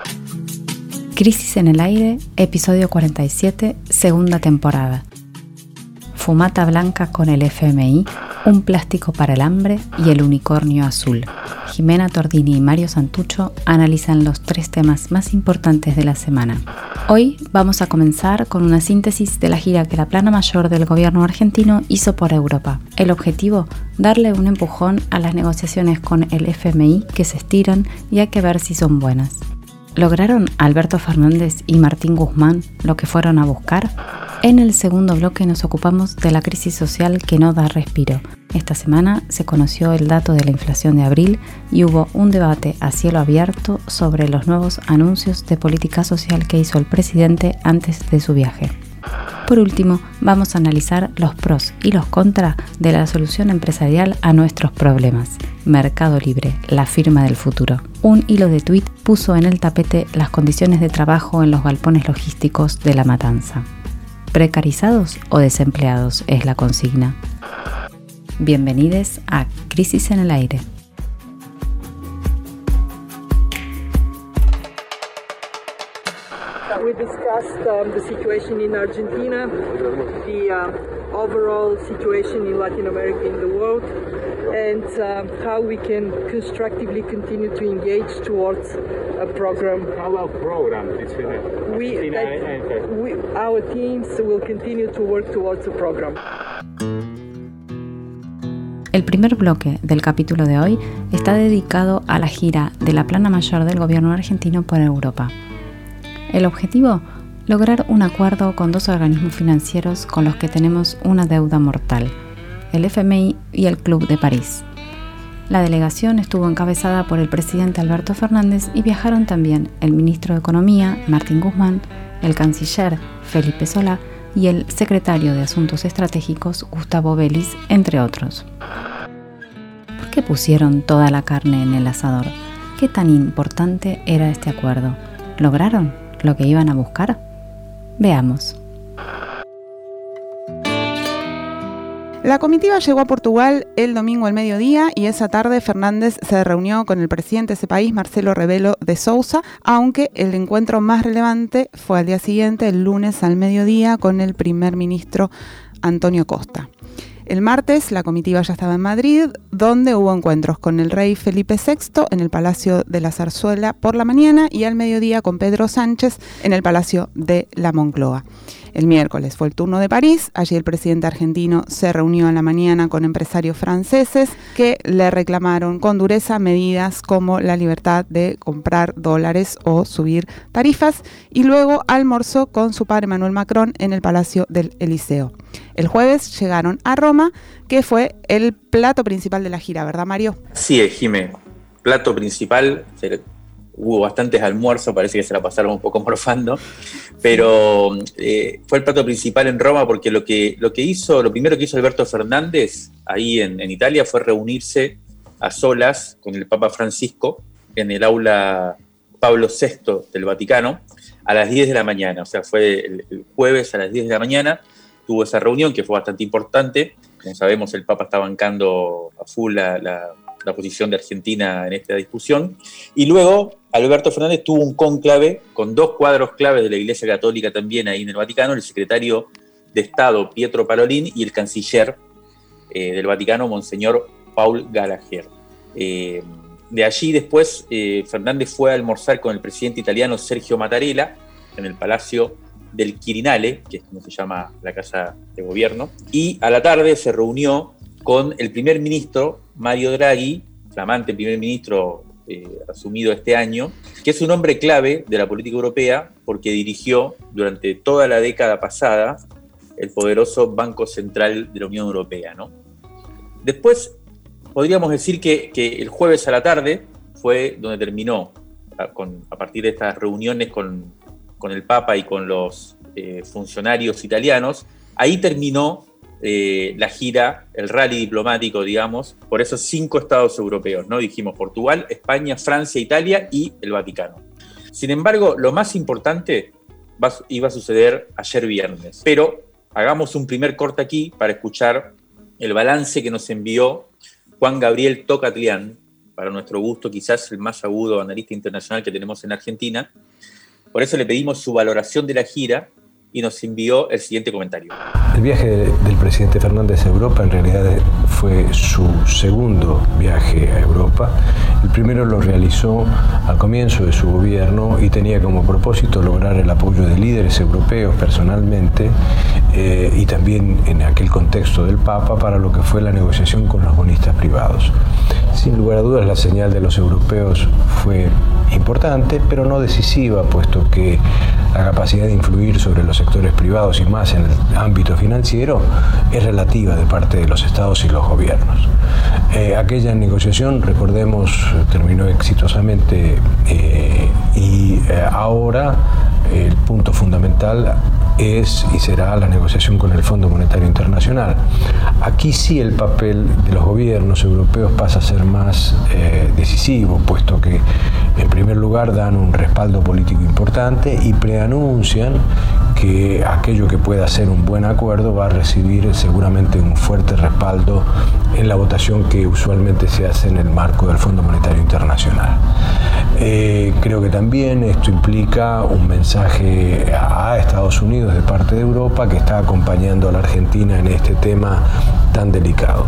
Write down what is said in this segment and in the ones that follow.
Crisis en el aire, episodio 47, segunda temporada. Fumata blanca con el FMI, un plástico para el hambre y el unicornio azul. Jimena Tordini y Mario Santucho analizan los 3 temas más importantes de la semana. Hoy vamos a comenzar con una síntesis de la gira que la plana mayor del gobierno argentino hizo por Europa. El objetivo, darle un empujón a las negociaciones con el FMI que se estiran y hay que ver si son buenas. ¿Lograron Alberto Fernández y Martín Guzmán lo que fueron a buscar? En el segundo bloque nos ocupamos de la crisis social que no da respiro. Esta semana se conoció el dato de la inflación de abril y hubo un debate a cielo abierto sobre los nuevos anuncios de política social que hizo el presidente antes de su viaje. Por último, vamos a analizar los pros y los contras de la solución empresarial a nuestros problemas. Mercado Libre, la firma del futuro. Un hilo de tuit puso en el tapete las condiciones de trabajo en los galpones logísticos de La Matanza. ¿Precarizados o desempleados? Es la consigna. Bienvenidos a Crisis en el Aire. We discussed the situation in Argentina, the overall situation in Latin America and the world, and how we can constructively continue to engage towards a program. How about program? Our teams will continue to work towards a program. El primer bloque del capítulo de hoy está dedicado a la gira de la plana mayor del gobierno argentino por Europa. El objetivo, lograr un acuerdo con 2 organismos financieros con los que tenemos una deuda mortal, el FMI y el Club de París. La delegación estuvo encabezada por el presidente Alberto Fernández y viajaron también el ministro de Economía, Martín Guzmán, el canciller, Felipe Solá, y el secretario de Asuntos Estratégicos, Gustavo Vélez, entre otros. ¿Por qué pusieron toda la carne en el asador? ¿Qué tan importante era este acuerdo? ¿Lograron lo que iban a buscar? Veamos. La comitiva llegó a Portugal el domingo al mediodía y esa tarde Fernández se reunió con el presidente de ese país, Marcelo Rebelo de Sousa, aunque el encuentro más relevante fue al día siguiente, el lunes al mediodía, con el primer ministro Antonio Costa. El martes la comitiva ya estaba en Madrid, donde hubo encuentros con el rey Felipe VI en el Palacio de la Zarzuela por la mañana y al mediodía con Pedro Sánchez en el Palacio de la Moncloa. El miércoles fue el turno de París. Allí el presidente argentino se reunió en la mañana con empresarios franceses que le reclamaron con dureza medidas como la libertad de comprar dólares o subir tarifas, y luego almorzó con su padre Emmanuel Macron en el Palacio del Eliseo. El jueves llegaron a Roma, que fue el plato principal de la gira, ¿verdad, Mario? Sí, Jimé. Plato principal, hubo bastantes almuerzos, parece que se la pasaron un poco morfando, pero fue el plato principal en Roma porque lo primero que hizo Alberto Fernández ahí en Italia fue reunirse a solas con el Papa Francisco en el aula Pablo VI del Vaticano a las 10 de la mañana, o sea, fue el jueves a las 10 de la mañana, tuvo esa reunión que fue bastante importante. Como sabemos, el Papa está bancando a full la posición de Argentina en esta discusión. Y luego Alberto Fernández tuvo un cónclave con 2 cuadros claves de la Iglesia Católica también ahí en el Vaticano, el secretario de Estado Pietro Parolin y el canciller del Vaticano, Monseñor Paul Gallagher. De allí después Fernández fue a almorzar con el presidente italiano Sergio Mattarella en el Palacio del Quirinale, que es como se llama la casa de gobierno, y a la tarde se reunió con el primer ministro Mario Draghi, flamante primer ministro asumido este año, que es un hombre clave de la política europea porque dirigió durante toda la década pasada el poderoso Banco Central de la Unión Europea, ¿no? Después podríamos decir que el jueves a la tarde fue donde terminó, a partir de estas reuniones con el Papa y con los funcionarios italianos, ahí terminó la gira, el rally diplomático, digamos, por esos 5 estados europeos, ¿no? Dijimos Portugal, España, Francia, Italia y el Vaticano. Sin embargo, lo más importante iba a suceder ayer viernes. Pero hagamos un primer corte aquí para escuchar el balance que nos envió Juan Gabriel Tocatlián, para nuestro gusto, quizás el más agudo analista internacional que tenemos en Argentina. Por eso le pedimos su valoración de la gira y nos envió el siguiente comentario. El viaje del presidente Fernández a Europa en realidad fue su segundo viaje a Europa. El primero lo realizó al comienzo de su gobierno y tenía como propósito lograr el apoyo de líderes europeos personalmente y también en aquel contexto del Papa para lo que fue la negociación con los bonistas privados. Sin lugar a dudas, la señal de los europeos fue importante, pero no decisiva, puesto que la capacidad de influir sobre los sectores privados y más en el ámbito financiero es relativa de parte de los estados y los gobiernos. Aquella negociación, recordemos, terminó exitosamente y ahora el punto fundamental es y será la negociación con el Fondo Monetario Internacional. Aquí sí el papel de los gobiernos europeos pasa a ser más decisivo, puesto que en primer lugar dan un respaldo político importante y preanuncian que aquello que pueda ser un buen acuerdo va a recibir seguramente un fuerte respaldo en la votación que usualmente se hace en el marco del Fondo Monetario Internacional. Creo que también esto implica un mensaje a Estados Unidos de parte de Europa que está acompañando a la Argentina en este tema tan delicado.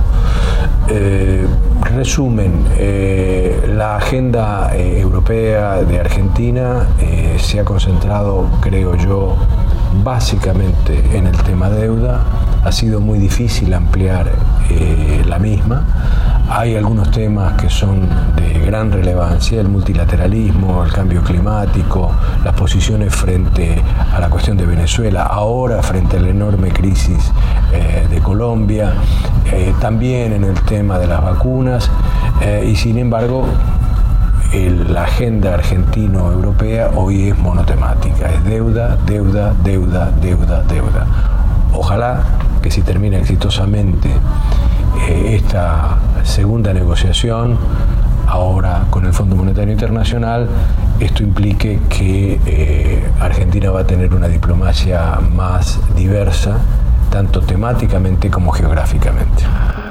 Resumen, la agenda europea de Argentina se ha concentrado, creo yo, básicamente en el tema deuda. Ha sido muy difícil ampliar la misma. Hay algunos temas que son de gran relevancia: el multilateralismo, el cambio climático, las posiciones frente a la cuestión de Venezuela, ahora frente a la enorme crisis de Colombia, también en el tema de las vacunas, y sin embargo la agenda argentino-europea hoy es monotemática, es deuda, deuda, deuda, deuda, deuda. Ojalá que si termina exitosamente esta segunda negociación ahora con el Fondo Monetario Internacional, esto implique que Argentina va a tener una diplomacia más diversa, tanto temáticamente como geográficamente.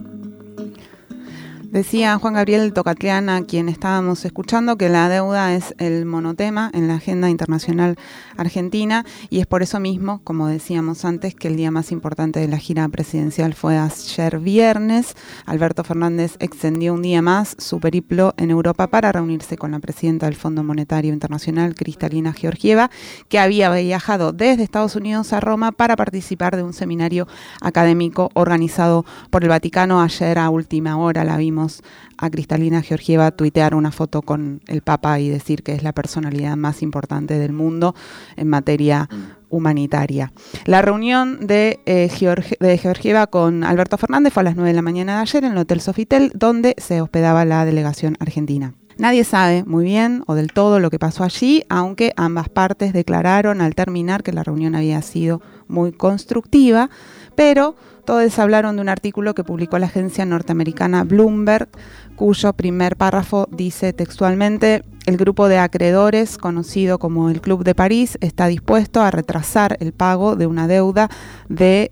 Decía Juan Gabriel Tocatlián, a quien estábamos escuchando, que la deuda es el monotema en la agenda internacional argentina, y es por eso mismo, como decíamos antes, que el día más importante de la gira presidencial fue ayer viernes. Alberto Fernández extendió un día más su periplo en Europa para reunirse con la presidenta del Fondo Monetario Internacional, Kristalina Georgieva, que había viajado desde Estados Unidos a Roma para participar de un seminario académico organizado por el Vaticano. Ayer a última hora la vimos a Kristalina Georgieva tuitear una foto con el Papa y decir que es la personalidad más importante del mundo en materia humanitaria. La reunión de Georgieva con Alberto Fernández fue a las 9 de la mañana de ayer en el Hotel Sofitel, donde se hospedaba la delegación argentina. Nadie sabe muy bien o del todo lo que pasó allí, aunque ambas partes declararon al terminar que la reunión había sido muy constructiva, pero todos hablaron de un artículo que publicó la agencia norteamericana Bloomberg, cuyo primer párrafo dice textualmente: el grupo de acreedores, conocido como el Club de París, está dispuesto a retrasar el pago de una deuda de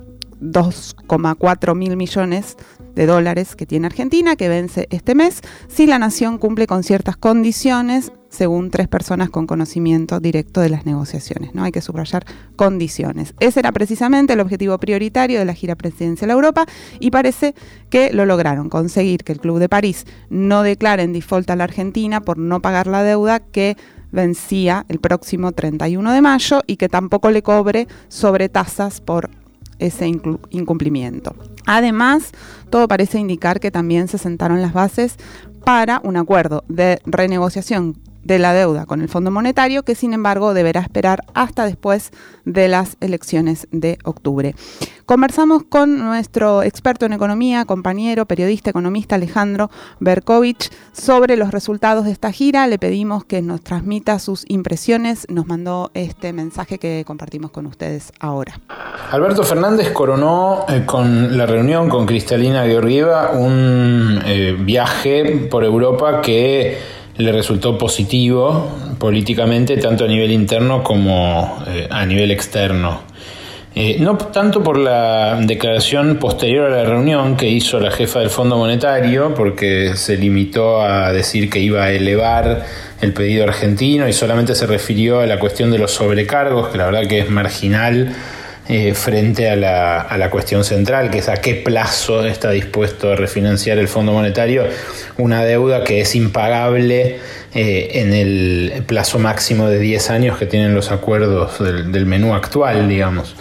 2,4 mil millones de dólares que tiene Argentina, que vence este mes, si la nación cumple con ciertas condiciones, según 3 personas con conocimiento directo de las negociaciones. No hay que subrayar condiciones. Ese era precisamente el objetivo prioritario de la gira presidencial a Europa, y parece que lo lograron, conseguir que el Club de París no declare en default a la Argentina por no pagar la deuda que vencía el próximo 31 de mayo y que tampoco le cobre sobretasas por ese incumplimiento. Además, todo parece indicar que también se sentaron las bases para un acuerdo de renegociación de la deuda con el Fondo Monetario, que sin embargo deberá esperar hasta después de las elecciones de octubre. Conversamos con nuestro experto en economía, compañero, periodista, economista Alejandro Berkovich sobre los resultados de esta gira. Le pedimos que nos transmita sus impresiones. Nos mandó este mensaje que compartimos con ustedes ahora. Alberto Fernández coronó con la reunión con Kristalina Georgieva un viaje por Europa que le resultó positivo políticamente, tanto a nivel interno como a nivel externo. No tanto por la declaración posterior a la reunión que hizo la jefa del Fondo Monetario, porque se limitó a decir que iba a elevar el pedido argentino y solamente se refirió a la cuestión de los sobrecargos, que la verdad que es marginal frente a la cuestión central, que es a qué plazo está dispuesto a refinanciar el Fondo Monetario una deuda que es impagable en el plazo máximo de 10 años que tienen los acuerdos del menú actual, digamos.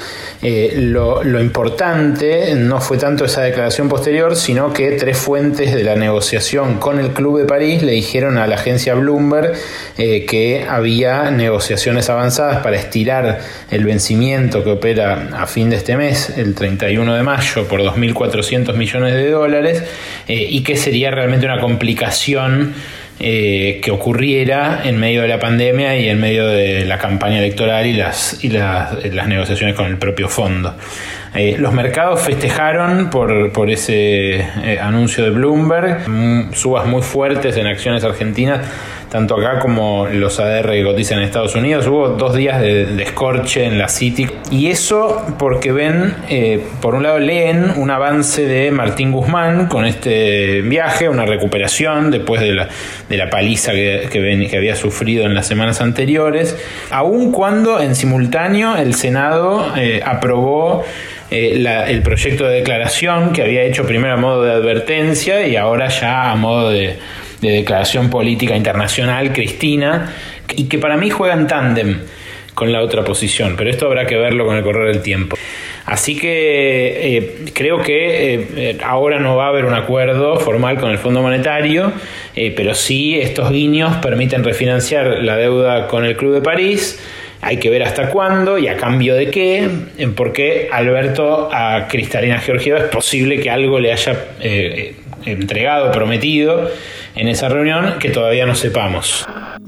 Lo importante no fue tanto esa declaración posterior, sino que 3 fuentes de la negociación con el Club de París le dijeron a la agencia Bloomberg que había negociaciones avanzadas para estirar el vencimiento que opera a fin de este mes, el 31 de mayo, por 2.400 millones de dólares, y que sería realmente una complicación que ocurriera en medio de la pandemia y en medio de la campaña electoral y las negociaciones con el propio fondo. Los mercados festejaron por ese anuncio de Bloomberg, subas muy fuertes en acciones argentinas, tanto acá como los ADR que cotizan en Estados Unidos. Hubo 2 días de escorche en la City, y eso porque ven, por un lado leen un avance de Martín Guzmán con este viaje, una recuperación después de la paliza que había sufrido en las semanas anteriores, aun cuando en simultáneo el Senado aprobó el proyecto de declaración que había hecho primero a modo de advertencia y ahora ya a modo de declaración política internacional, Cristina, y que para mí juega en tándem con la otra posición, pero esto habrá que verlo con el correr del tiempo. Así que creo que ahora no va a haber un acuerdo formal con el Fondo Monetario, pero sí estos guiños permiten refinanciar la deuda con el Club de París. Hay que ver hasta cuándo y a cambio de qué, porque Alberto a Kristalina Georgieva es posible que algo le haya entregado, prometido en esa reunión que todavía no sepamos.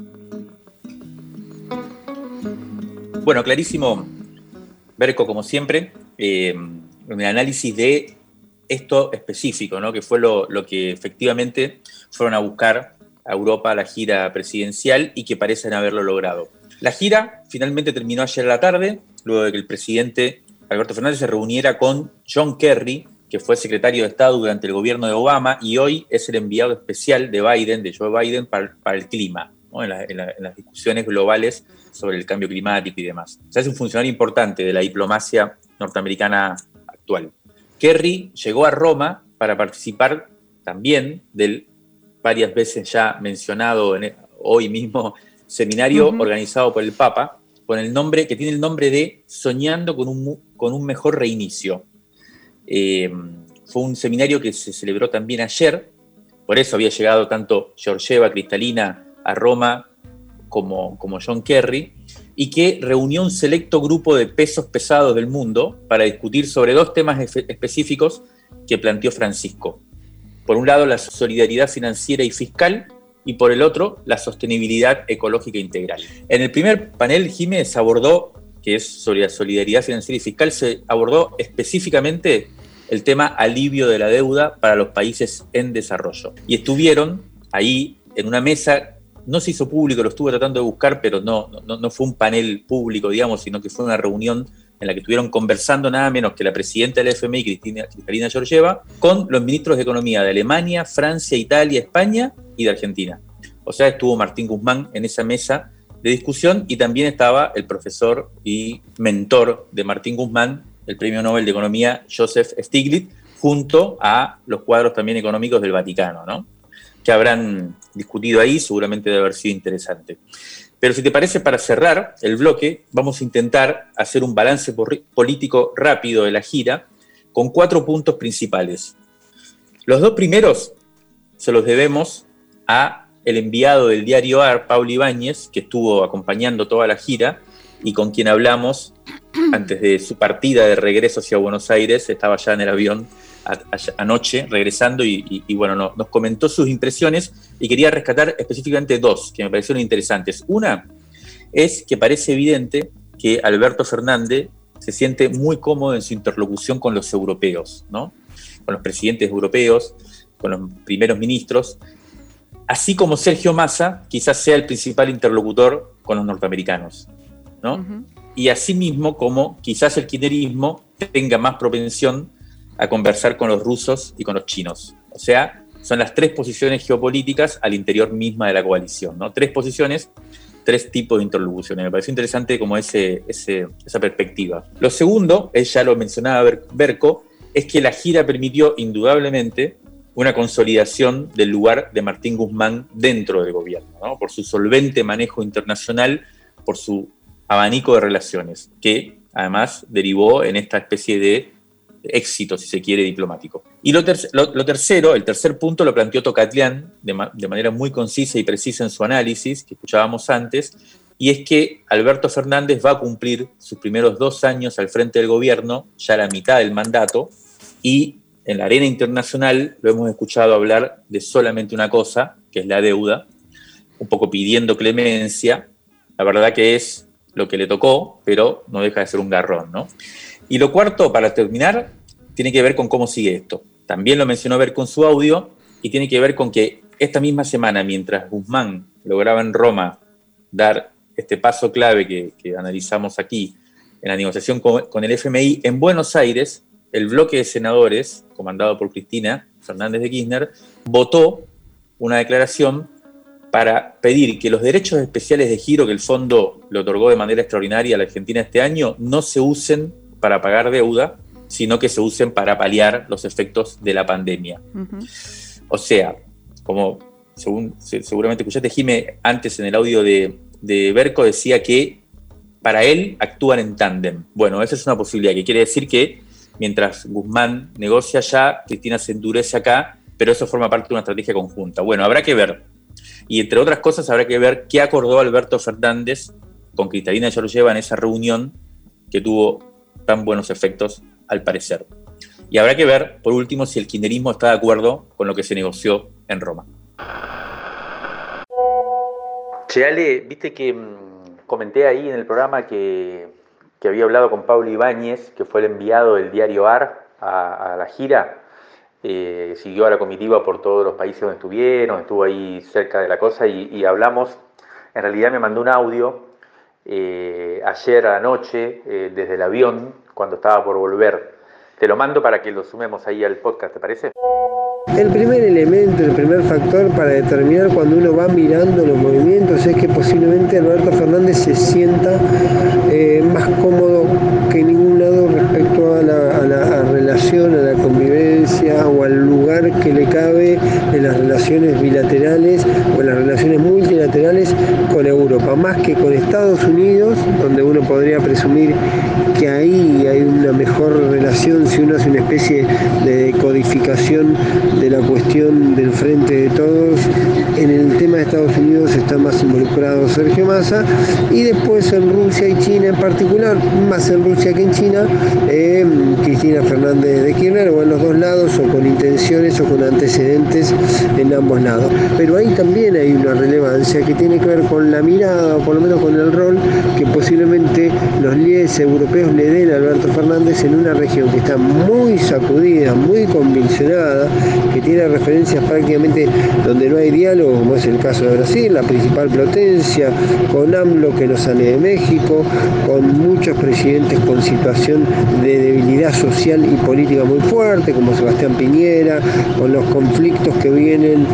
Bueno, clarísimo, Berco, como siempre, en el análisis de esto específico, ¿no? Que fue lo que efectivamente fueron a buscar a Europa a la gira presidencial y que parecen haberlo logrado. La gira finalmente terminó ayer a la tarde, luego de que el presidente Alberto Fernández se reuniera con John Kerry, que fue secretario de Estado durante el gobierno de Obama y hoy es el enviado especial de Joe Biden, para el clima, ¿no? en las discusiones globales sobre el cambio climático y demás. O sea, es un funcionario importante de la diplomacia norteamericana actual. Kerry llegó a Roma para participar también del varias veces ya mencionado hoy mismo seminario organizado por el Papa, con el nombre que tiene el nombre de Soñando con un mejor reinicio. Fue un seminario que se celebró también ayer, por eso había llegado tanto Georgieva, Kristalina a Roma como John Kerry, y que reunió un selecto grupo de pesos pesados del mundo para discutir sobre 2 temas específicos que planteó Francisco. Por un lado, la solidaridad financiera y fiscal, y por el otro, la sostenibilidad ecológica integral. En el primer panel, Jiménez abordó, que es sobre la solidaridad financiera y fiscal, se abordó específicamente el tema alivio de la deuda para los países en desarrollo. Y estuvieron ahí en una mesa, no se hizo público, lo estuve tratando de buscar, pero no fue un panel público, digamos, sino que fue una reunión en la que estuvieron conversando nada menos que la presidenta del FMI, Kristalina Georgieva, con los ministros de Economía de Alemania, Francia, Italia, España y de Argentina. O sea, estuvo Martín Guzmán en esa mesa de discusión y también estaba el profesor y mentor de Martín Guzmán, el Premio Nobel de Economía Joseph Stiglitz, junto a los cuadros también económicos del Vaticano, ¿no? Que habrán discutido ahí, seguramente debe haber sido interesante. Pero si te parece, para cerrar el bloque, vamos a intentar hacer un balance político rápido de la gira con 4 puntos principales. Los 2 primeros se los debemos a el enviado del diario AR, Paulo Ibáñez, que estuvo acompañando toda la gira y con quien hablamos antes de su partida de regreso hacia Buenos Aires. Estaba ya en el avión anoche regresando y bueno, nos comentó sus impresiones y quería rescatar específicamente 2 que me parecieron interesantes. Una es que parece evidente que Alberto Fernández se siente muy cómodo en su interlocución con los europeos, ¿no? Con los presidentes europeos, con los primeros ministros, así como Sergio Massa quizás sea el principal interlocutor con los norteamericanos, ¿no? y asimismo como quizás el kirchnerismo tenga más propensión a conversar con los rusos y con los chinos. O sea, son las tres posiciones geopolíticas al interior misma de la coalición, ¿no? Tres posiciones, tres tipos de interlocuciones. Me pareció interesante como esa perspectiva. Lo segundo, ya lo mencionaba Berco, es que la gira permitió indudablemente una consolidación del lugar de Martín Guzmán dentro del gobierno, ¿no? Por su solvente manejo internacional, por su abanico de relaciones, que además derivó en esta especie de éxito, si se quiere, diplomático. Y lo tercero, el tercer punto lo planteó Tocatlián de manera muy concisa y precisa en su análisis, que escuchábamos antes, y es que Alberto Fernández va a cumplir sus primeros 2 años al frente del gobierno, ya la mitad del mandato, y en la arena internacional lo hemos escuchado hablar de solamente una cosa, que es la deuda, un poco pidiendo clemencia. La verdad que es lo que le tocó, pero no deja de ser un garrón, ¿no? Y lo cuarto, para terminar, tiene que ver con cómo sigue esto. También lo mencionó Berco en su audio, y tiene que ver con que esta misma semana, mientras Guzmán lograba en Roma dar este paso clave que analizamos aquí en la negociación con el FMI, en Buenos Aires, el bloque de senadores, comandado por Cristina Fernández de Kirchner, votó una declaración para pedir que los derechos especiales de giro que el fondo le otorgó de manera extraordinaria a la Argentina este año no se usen para pagar deuda, sino que se usen para paliar los efectos de la pandemia. Uh-huh. O sea, como seguramente escuchaste, Jimé, antes en el audio de Berco, decía que para él actúan en tándem. Bueno, esa es una posibilidad, que quiere decir que mientras Guzmán negocia allá, Cristina se endurece acá, pero eso forma parte de una estrategia conjunta. Bueno, habrá que ver. Y entre otras cosas habrá que ver qué acordó Alberto Fernández con Cristalina Georgieva en esa reunión que tuvo tan buenos efectos al parecer. Y habrá que ver, por último, si el kirchnerismo está de acuerdo con lo que se negoció en Roma. Che, Ale, viste que comenté ahí en el programa que había hablado con Pablo Ibáñez, que fue el enviado del diario AR a la gira. Siguió a la comitiva por todos los países donde estuvieron, estuvo ahí cerca de la cosa y hablamos. En realidad me mandó un audio ayer a la noche desde el avión cuando estaba por volver. Te lo mando para que lo sumemos ahí al podcast, ¿te parece? El primer elemento, el primer factor para determinar cuando uno va mirando los movimientos es que posiblemente Alberto Fernández se sienta más cómodo que en ningún lado respecto a la relación, a la convivencia o al lugar que le cabe en las relaciones bilaterales o en las relaciones multilaterales con Europa, más que con Estados Unidos, donde uno podría presumir que ahí hay una mejor relación si uno hace una especie de codificación de la cuestión del frente de todos. En el tema de Estados Unidos está más involucrado Sergio Massa, y después en Rusia y China en particular, más en Rusia que en China, Cristina Fernández de Kirchner, o en los dos lados, o con intenciones o con antecedentes en ambos lados. Pero ahí también hay una relevancia que tiene que ver con la mirada, o por lo menos con el rol que posiblemente los líderes europeos le den a Alberto Fernández en una región que está muy sacudida, muy convulsionada, que tiene referencias prácticamente donde no hay diálogo, como es el caso de Brasil, la principal potencia, con AMLO que no sale de México, con muchos presidentes con situación de debilidad social y política muy fuerte, como Sebastián Piñera, con los conflictos que vienen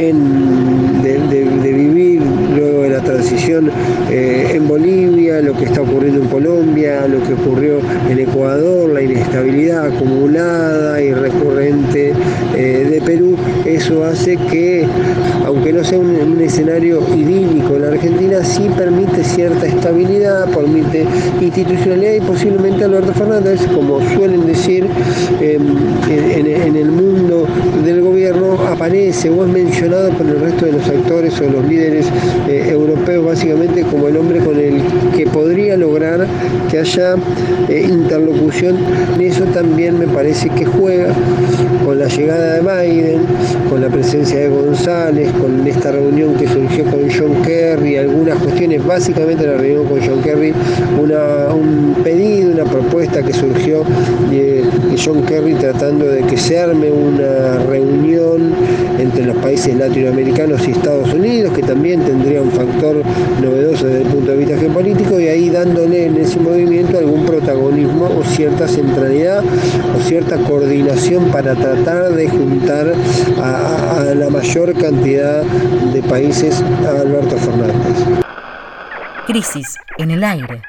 de vivir luego de la transición en Bolivia, lo que está ocurriendo en Colombia, lo que ocurrió en Ecuador, la inestabilidad acumulada y recurrente de Perú. Eso hace que, aunque no sea un escenario idílico en la Argentina, sí permite cierta estabilidad, permite institucionalidad, y posiblemente Alberto Fernández, como suelen decir en el mundo del gobierno, aparece o es mencionado por el resto de los actores o los líderes europeos básicamente como el hombre con el que podría lograr que haya interlocución. Eso también me parece que juega con la llegada de Biden, con la presencia de González, con esta reunión que surgió con John Kerry, algunas cuestiones, básicamente la reunión con John Kerry, un pedido, una propuesta que surgió de John Kerry tratando de que se arme una reunión entre los países latinoamericanos y Estados Unidos, que también tendría un factor novedoso desde el punto de vista geopolítico. político y ahí dándole en ese movimiento algún protagonismo o cierta centralidad o cierta coordinación para tratar de juntar a la mayor cantidad de países a Alberto Fernández. Crisis en el aire.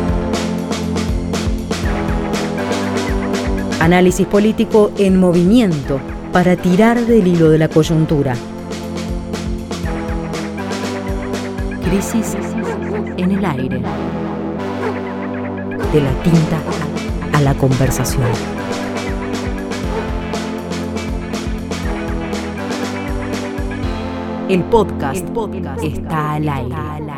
Análisis político en movimiento para tirar del hilo de la coyuntura. Crisis en el aire. De la tinta a la conversación. El podcast está al aire.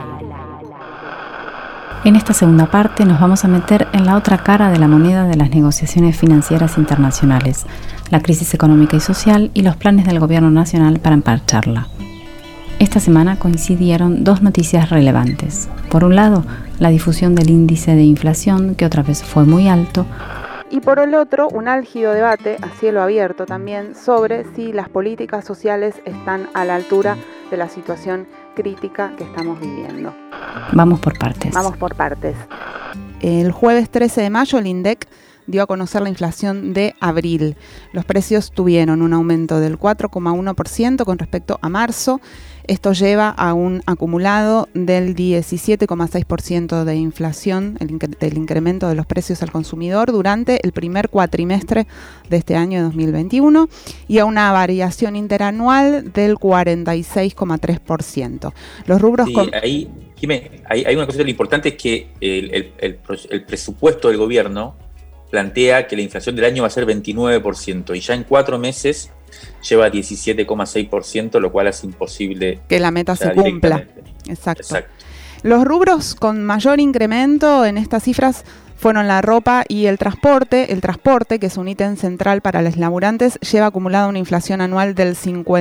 En esta segunda parte nos vamos a meter en la otra cara de la moneda de las negociaciones financieras internacionales, la crisis económica y social y los planes del gobierno nacional para emparcharla. Esta semana coincidieron dos noticias relevantes. Por un lado, la difusión del índice de inflación, que otra vez fue muy alto, y por el otro, un álgido debate a cielo abierto también sobre si las políticas sociales están a la altura de la situación crítica que estamos viviendo. Vamos por partes. El jueves 13 de mayo el INDEC dio a conocer la inflación de abril. Los precios tuvieron un aumento del 4,1% con respecto a marzo. Esto lleva a un acumulado del 17,6% de inflación, del incremento de los precios al consumidor durante el primer cuatrimestre de este año de 2021 y a una variación interanual del 46,3%. Los rubros... Ahí, Jimé, hay una cosa lo importante, es que el presupuesto del gobierno plantea que la inflación del año va a ser 29% y ya en 4 meses lleva 17,6%, lo cual hace imposible que la meta se cumpla. Exacto. Los rubros con mayor incremento en estas cifras fueron la ropa y el transporte. El transporte, que es un ítem central para los laburantes, lleva acumulada una inflación anual del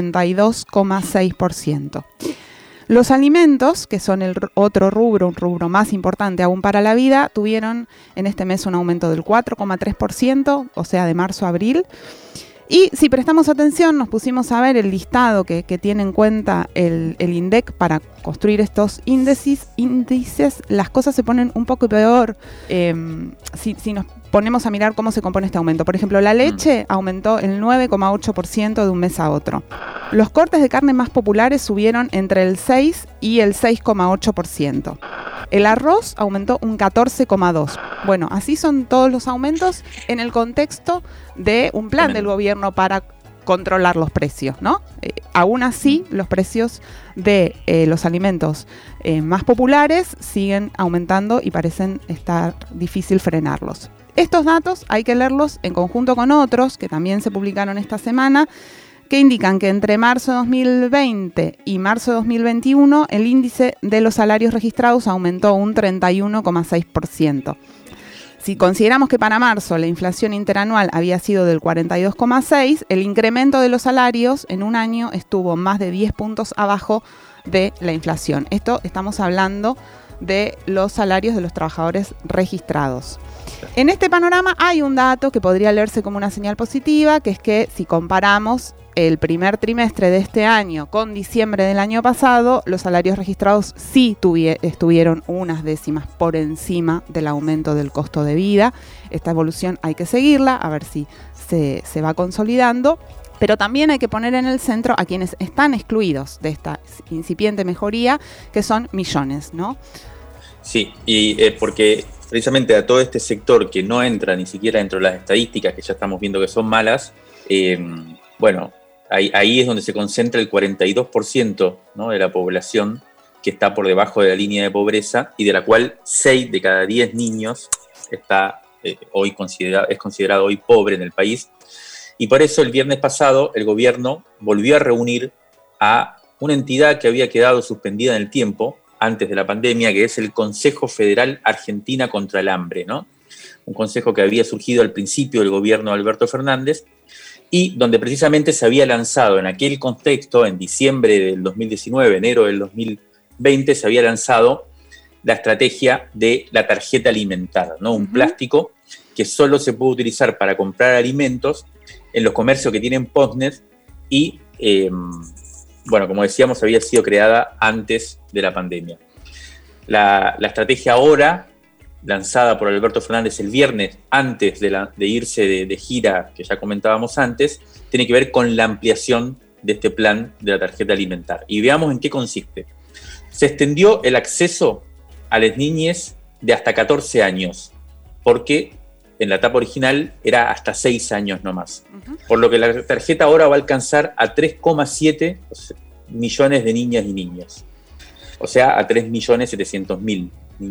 52,6%. Los alimentos, que son el otro rubro, un rubro más importante aún para la vida, tuvieron en este mes un aumento del 4,3%, o sea, de marzo a abril. Y si prestamos atención, nos pusimos a ver el listado que tiene en cuenta el INDEC para construir estos índices, las cosas se ponen un poco peor si nos ponemos a mirar cómo se compone este aumento. Por ejemplo, la leche aumentó el 9,8% de un mes a otro. Los cortes de carne más populares subieron entre el 6 y el 6,8%. El arroz aumentó un 14,2%. Bueno, así son todos los aumentos en el contexto de un plan del gobierno para controlar los precios, ¿no? Aún así, los precios de los alimentos más populares siguen aumentando y parecen estar difícil frenarlos. Estos datos hay que leerlos en conjunto con otros que también se publicaron esta semana, que indican que entre marzo de 2020 y marzo de 2021 el índice de los salarios registrados aumentó un 31,6%. Si consideramos que para marzo la inflación interanual había sido del 42,6%, el incremento de los salarios en un año estuvo más de 10 puntos abajo de la inflación. Esto estamos hablando de los salarios de los trabajadores registrados. En este panorama hay un dato que podría leerse como una señal positiva, que es que si comparamos el primer trimestre de este año con diciembre del año pasado, los salarios registrados sí estuvieron unas décimas por encima del aumento del costo de vida. Esta evolución hay que seguirla, a ver si se va consolidando. Pero también hay que poner en el centro a quienes están excluidos de esta incipiente mejoría, que son millones, ¿no? Sí, y porque precisamente a todo este sector que no entra ni siquiera dentro de las estadísticas, que ya estamos viendo que son malas, ahí es donde se concentra el 42%, ¿no?, de la población que está por debajo de la línea de pobreza y de la cual 6 de cada 10 niños está es considerado hoy pobre en el país. Y por eso el viernes pasado el gobierno volvió a reunir a una entidad que había quedado suspendida en el tiempo antes de la pandemia, que es el Consejo Federal Argentina contra el Hambre, ¿no? Un consejo que había surgido al principio del gobierno de Alberto Fernández y donde precisamente se había lanzado en aquel contexto, en diciembre del 2019, enero del 2020, se había lanzado la estrategia de la tarjeta alimentar, ¿no? Un plástico que solo se puede utilizar para comprar alimentos en los comercios que tienen postnet y, como decíamos, había sido creada antes de la pandemia. La estrategia ahora, lanzada por Alberto Fernández el viernes, antes de irse de gira, que ya comentábamos antes, tiene que ver con la ampliación de este plan de la tarjeta alimentar. Y veamos en qué consiste. Se extendió el acceso a las niñas de hasta 14 años, porque en la etapa original era hasta 6 años nomás. Por lo que la tarjeta ahora va a alcanzar a 3,7 millones de niñas y niños. O sea, a 3.700.000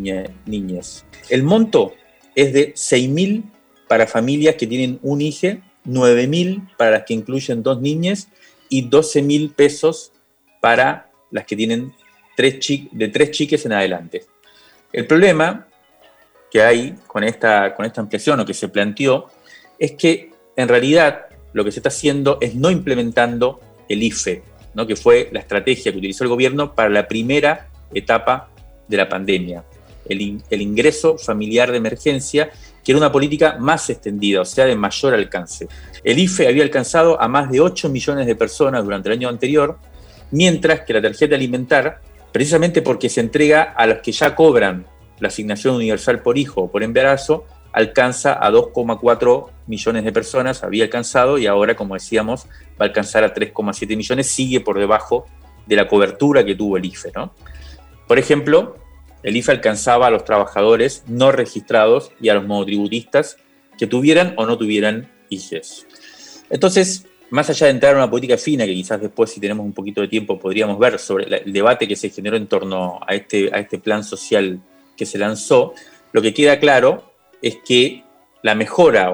niñas. El monto es de 6.000 para familias que tienen un hijo, 9.000 para las que incluyen 2 niñas y 12.000 pesos para las que tienen 3 chiques en adelante. El problema que hay con esta ampliación o que se planteó es que en realidad lo que se está haciendo es no implementando el IFE, ¿no? Que fue la estrategia que utilizó el gobierno para la primera etapa de la pandemia, el ingreso familiar de emergencia, que era una política más extendida, o sea, de mayor alcance. El IFE había alcanzado a más de 8 millones de personas durante el año anterior, mientras que la tarjeta alimentar, precisamente porque se entrega a los que ya cobran la asignación universal por hijo o por embarazo, alcanza a 2,4 millones de personas, había alcanzado, y ahora, como decíamos, va a alcanzar a 3,7 millones, sigue por debajo de la cobertura que tuvo el IFE, ¿no? Por ejemplo, el IFE alcanzaba a los trabajadores no registrados y a los monotributistas que tuvieran o no tuvieran hijos. Entonces, más allá de entrar a una política fina, que quizás después, si tenemos un poquito de tiempo, podríamos ver sobre el debate que se generó en torno a este plan social que se lanzó, lo que queda claro es que la mejora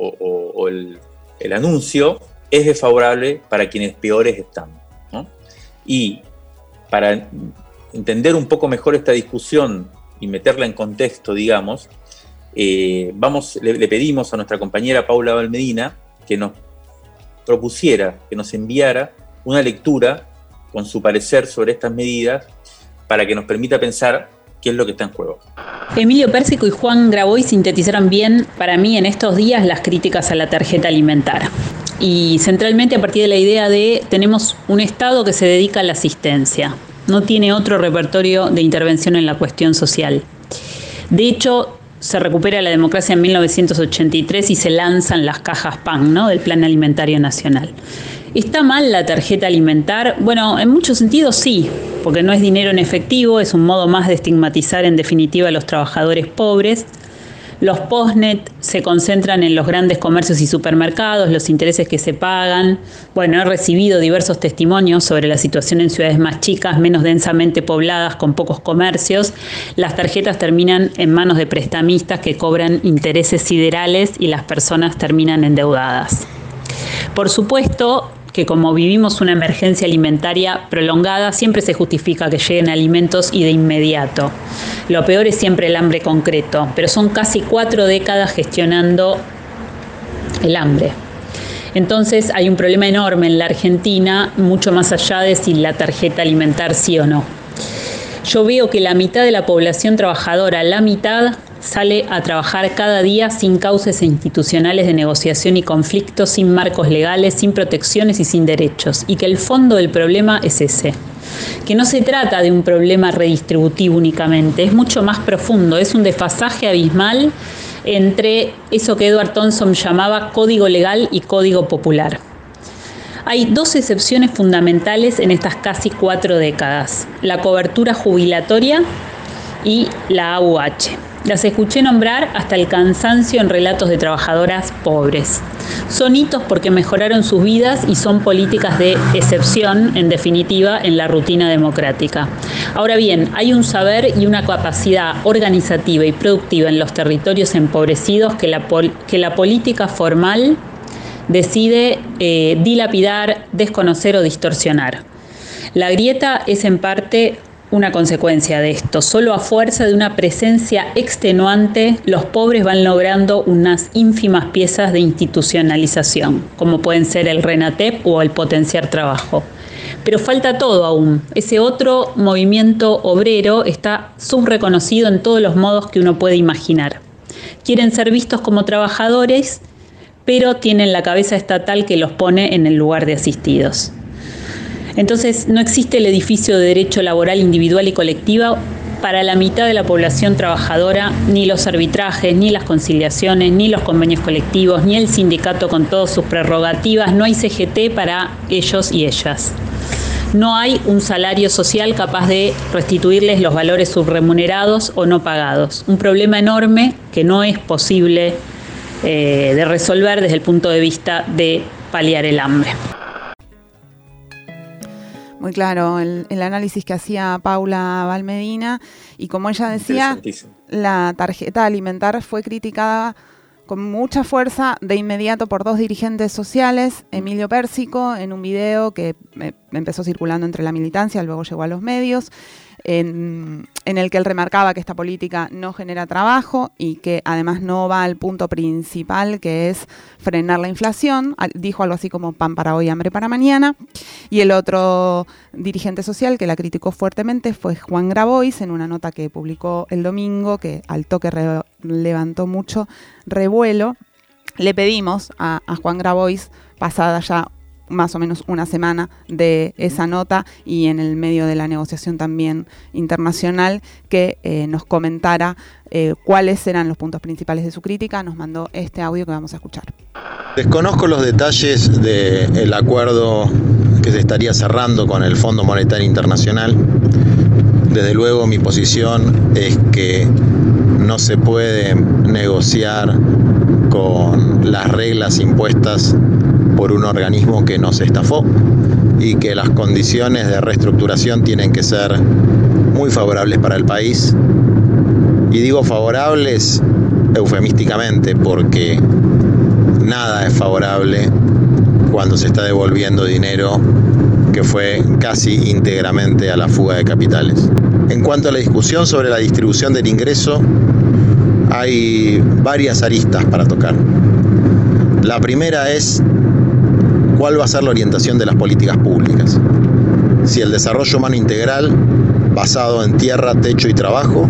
o el anuncio es desfavorable para quienes peores están, ¿no? Y para entender un poco mejor esta discusión y meterla en contexto, digamos, le pedimos a nuestra compañera Paula Valmedina que nos propusiera, que nos enviara una lectura con su parecer sobre estas medidas para que nos permita pensar qué es lo que está en juego. Emilio Pérsico y Juan Graboy sintetizaron bien para mí en estos días las críticas a la tarjeta alimentar. Y centralmente a partir de la idea de tenemos un Estado que se dedica a la asistencia, no tiene otro repertorio de intervención en la cuestión social. De hecho, se recupera la democracia en 1983 y se lanzan las cajas PAN, ¿no?, del Plan Alimentario Nacional. ¿Está mal la tarjeta alimentar? Bueno, en muchos sentidos sí, porque no es dinero en efectivo, es un modo más de estigmatizar en definitiva a los trabajadores pobres. Los postnet se concentran en los grandes comercios y supermercados, los intereses que se pagan. Bueno, he recibido diversos testimonios sobre la situación en ciudades más chicas, menos densamente pobladas, con pocos comercios. Las tarjetas terminan en manos de prestamistas que cobran intereses siderales y las personas terminan endeudadas. Por supuesto que como vivimos una emergencia alimentaria prolongada, siempre se justifica que lleguen alimentos y de inmediato. Lo peor es siempre el hambre concreto, pero son casi 4 décadas gestionando el hambre. Entonces hay un problema enorme en la Argentina, mucho más allá de si la tarjeta alimentar sí o no. Yo veo que la mitad de la población trabajadora, la mitad, sale a trabajar cada día sin cauces institucionales de negociación y conflictos, sin marcos legales, sin protecciones y sin derechos. Y que el fondo del problema es ese. Que no se trata de un problema redistributivo únicamente, es mucho más profundo, es un desfasaje abismal entre eso que Edward Thompson llamaba código legal y código popular. Hay 2 excepciones fundamentales en estas casi 4 décadas, la cobertura jubilatoria y la AUH. Las escuché nombrar hasta el cansancio en relatos de trabajadoras pobres. Son hitos porque mejoraron sus vidas y son políticas de excepción, en definitiva, en la rutina democrática. Ahora bien, hay un saber y una capacidad organizativa y productiva en los territorios empobrecidos que la política formal decide dilapidar, desconocer o distorsionar. La grieta es en parte una consecuencia de esto. Solo a fuerza de una presencia extenuante, los pobres van logrando unas ínfimas piezas de institucionalización, como pueden ser el RENATEP o el potenciar trabajo. Pero falta todo aún. Ese otro movimiento obrero está subreconocido en todos los modos que uno puede imaginar. Quieren ser vistos como trabajadores, pero tienen la cabeza estatal que los pone en el lugar de asistidos. Entonces, no existe el edificio de derecho laboral individual y colectivo para la mitad de la población trabajadora, ni los arbitrajes, ni las conciliaciones, ni los convenios colectivos, ni el sindicato con todas sus prerrogativas, no hay CGT para ellos y ellas. No hay un salario social capaz de restituirles los valores subremunerados o no pagados. Un problema enorme que no es posible de resolver desde el punto de vista de paliar el hambre. Muy claro el análisis que hacía Paula Valmedina, y como ella decía, la tarjeta alimentar fue criticada con mucha fuerza de inmediato por dos dirigentes sociales. Emilio Pérsico, en un video que empezó circulando entre la militancia, luego llegó a los medios, en el que él remarcaba que esta política no genera trabajo y que además no va al punto principal, que es frenar la inflación. Dijo algo así como pan para hoy, hambre para mañana. Y el otro dirigente social que la criticó fuertemente fue Juan Grabois, en una nota que publicó el domingo, que al toque levantó mucho revuelo. Le pedimos a Juan Grabois, pasada ya más o menos una semana de esa nota y en el medio de la negociación también internacional, que nos comentara cuáles eran los puntos principales de su crítica. Nos mandó este audio que vamos a escuchar. Desconozco los detalles del acuerdo que se estaría cerrando con el Fondo Monetario Internacional. Desde luego mi posición es que no se puede negociar con las reglas impuestas por un organismo que nos estafó, y que las condiciones de reestructuración tienen que ser muy favorables para el país. Y digo favorables eufemísticamente, porque nada es favorable cuando se está devolviendo dinero que fue casi íntegramente a la fuga de capitales. En cuanto a la discusión sobre la distribución del ingreso, hay varias aristas para tocar. La primera es cuál va a ser la orientación de las políticas públicas. Si el desarrollo humano integral, basado en tierra, techo y trabajo,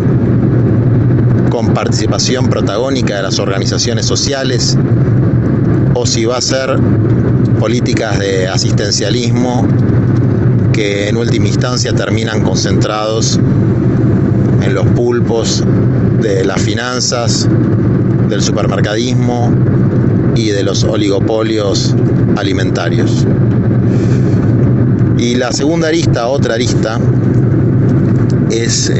con participación protagónica de las organizaciones sociales, o si va a ser políticas de asistencialismo que en última instancia terminan concentrados en los pulpos de las finanzas, del supermercadismo y de los oligopolios alimentarios. Y la segunda arista, otra arista, es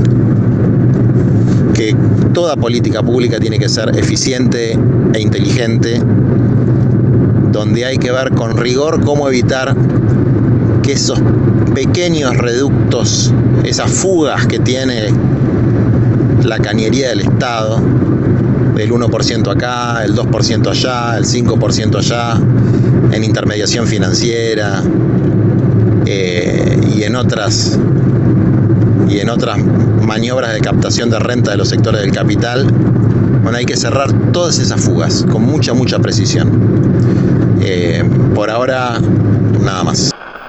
que toda política pública tiene que ser eficiente e inteligente, donde hay que ver con rigor cómo evitar que esos pequeños reductos, esas fugas que tiene la cañería del Estado, el 1% acá, el 2% allá, el 5% allá, en intermediación financiera y en otras maniobras de captación de renta de los sectores del capital. Bueno, hay que cerrar todas esas fugas con mucha precisión. Por ahora, nada más.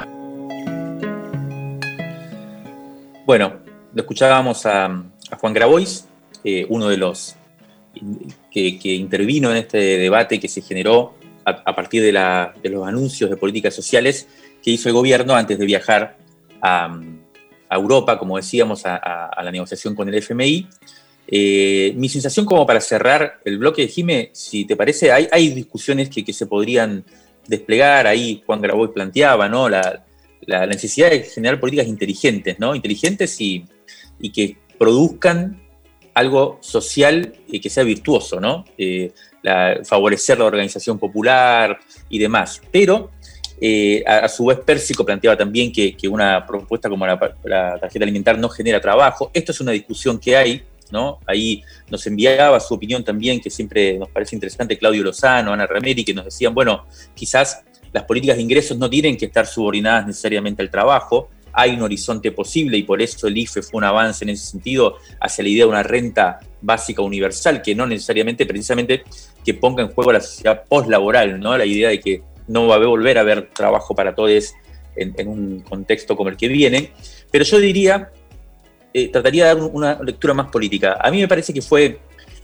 Bueno, lo escuchábamos a Juan Grabois, uno de los que intervino en este debate que se generó a partir de los anuncios de políticas sociales que hizo el gobierno antes de viajar a Europa, como decíamos, a la negociación con el FMI. Mi sensación, como para cerrar el bloque, Jimé, si te parece, hay discusiones que se podrían desplegar. Ahí Juan Grabois planteaba, ¿no?, la necesidad de generar políticas inteligentes, ¿no?, inteligentes y que produzcan algo social que sea virtuoso, ¿no? Favorecer la organización popular y demás. Pero, a su vez, Pérsico planteaba también que una propuesta como la tarjeta alimentar no genera trabajo. Esto es una discusión que hay, ¿no? Ahí nos enviaba su opinión también, que siempre nos parece interesante, Claudio Lozano, Ana Rameri, que nos decían, bueno, quizás las políticas de ingresos no tienen que estar subordinadas necesariamente al trabajo. Hay un horizonte posible y por eso el IFE fue un avance en ese sentido hacia la idea de una renta básica universal, que no necesariamente, precisamente, que ponga en juego la sociedad postlaboral, ¿no? La idea de que no va a volver a haber trabajo para todos en un contexto como el que viene. Pero yo diría, trataría de dar una lectura más política. A mí me parece que fue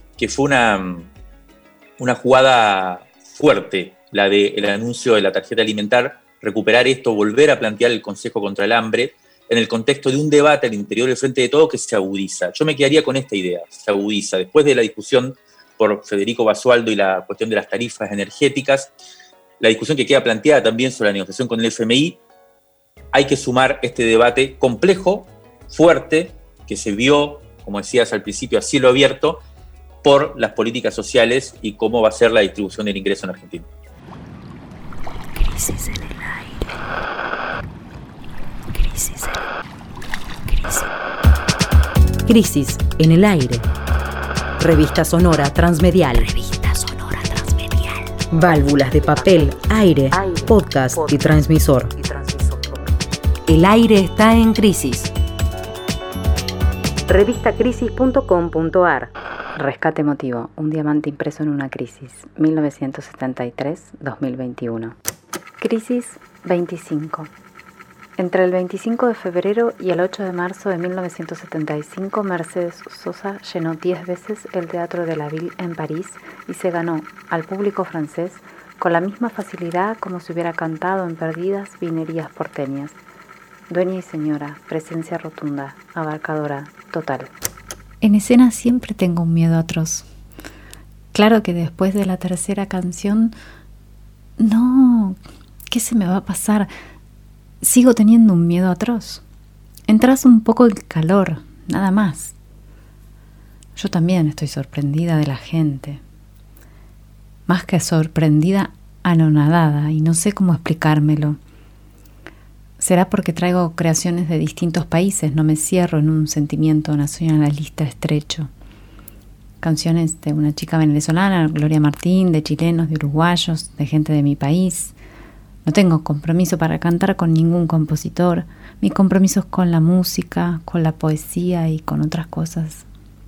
una jugada fuerte la del anuncio de la tarjeta alimentar, recuperar esto, volver a plantear el Consejo contra el Hambre, en el contexto de un debate al interior del Frente de Todos que se agudiza. Yo me quedaría con esta idea, se agudiza. Después de la discusión por Federico Basualdo y la cuestión de las tarifas energéticas, la discusión que queda planteada también sobre la negociación con el FMI, hay que sumar este debate complejo, fuerte, que se vio, como decías al principio, a cielo abierto, por las políticas sociales y cómo va a ser la distribución del ingreso en Argentina. Crisis en el aire. Crisis en el aire. Revista sonora transmedial. Válvulas de papel, aire, podcast y transmisor. El aire está en crisis. Revistacrisis.com.ar. Rescate emotivo, un diamante impreso en una crisis, 1973-2021. Crisis 25. Entre el 25 de febrero y el 8 de marzo de 1975, Mercedes Sosa llenó 10 veces el Teatro de la Ville en París y se ganó al público francés con la misma facilidad como si hubiera cantado en perdidas vinerías porteñas. Dueña y señora, presencia rotunda, abarcadora, total. En escena siempre tengo un miedo atroz. Claro que después de la tercera canción, no, ¿qué se me va a pasar? Sigo teniendo un miedo atroz. Entras un poco el calor, nada más. Yo también estoy sorprendida de la gente. Más que sorprendida, anonadada, y no sé cómo explicármelo. Será porque traigo creaciones de distintos países, no me cierro en un sentimiento nacionalista estrecho. Canciones de una chica venezolana, Gloria Martín, de chilenos, de uruguayos, de gente de mi país. No tengo compromiso para cantar con ningún compositor. Mi compromiso es con la música, con la poesía y con otras cosas.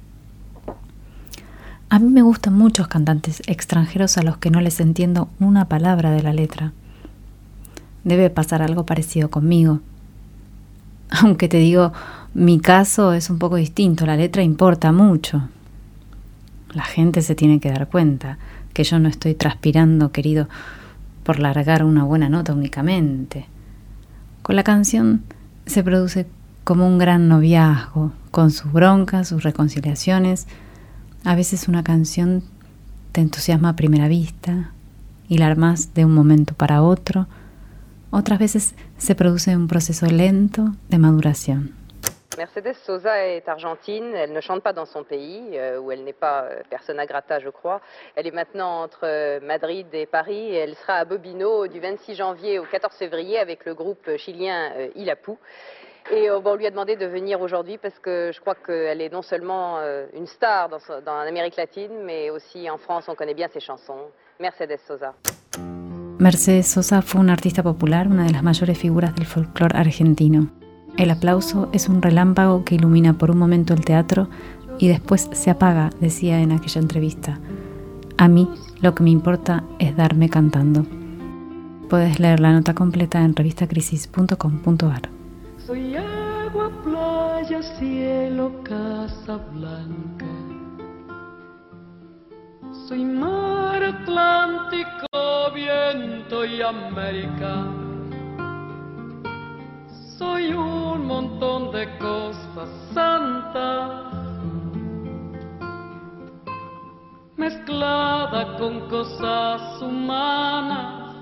A mí me gustan muchos cantantes extranjeros a los que no les entiendo una palabra de la letra. Debe pasar algo parecido conmigo. Aunque te digo, mi caso es un poco distinto, la letra importa mucho. La gente se tiene que dar cuenta que yo no estoy transpirando, querido, por largar una buena nota únicamente. Con la canción se produce como un gran noviazgo, con sus broncas, sus reconciliaciones. A veces una canción te entusiasma a primera vista y la armás de un momento para otro. Otras veces se produce un proceso lento de maduración. Mercedes Sosa est argentine, elle ne chante pas dans son pays, où elle n'est pas persona grata, je crois. Elle est maintenant entre Madrid et Paris, et elle sera à Bobino du 26 janvier au 14 février avec le groupe chilien Ilapú. Et on lui a demandé de venir aujourd'hui parce que je crois qu'elle est non seulement une star dans l'Amérique latine, mais aussi en France, on connaît bien ses chansons. Mercedes Sosa. Mercedes Sosa fue una artista popular, una de las mayores figuras del folclore argentino. El aplauso es un relámpago que ilumina por un momento el teatro y después se apaga, decía en aquella entrevista. A mí lo que me importa es darme cantando. Puedes leer la nota completa en revistacrisis.com.ar. Soy agua, playa, cielo, casa blanca. Soy mar Atlántico, viento y América. Soy un montón de cosas santas, mezclada con cosas humanas.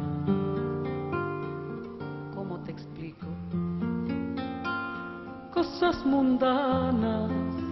¿Cómo te explico? Cosas mundanas.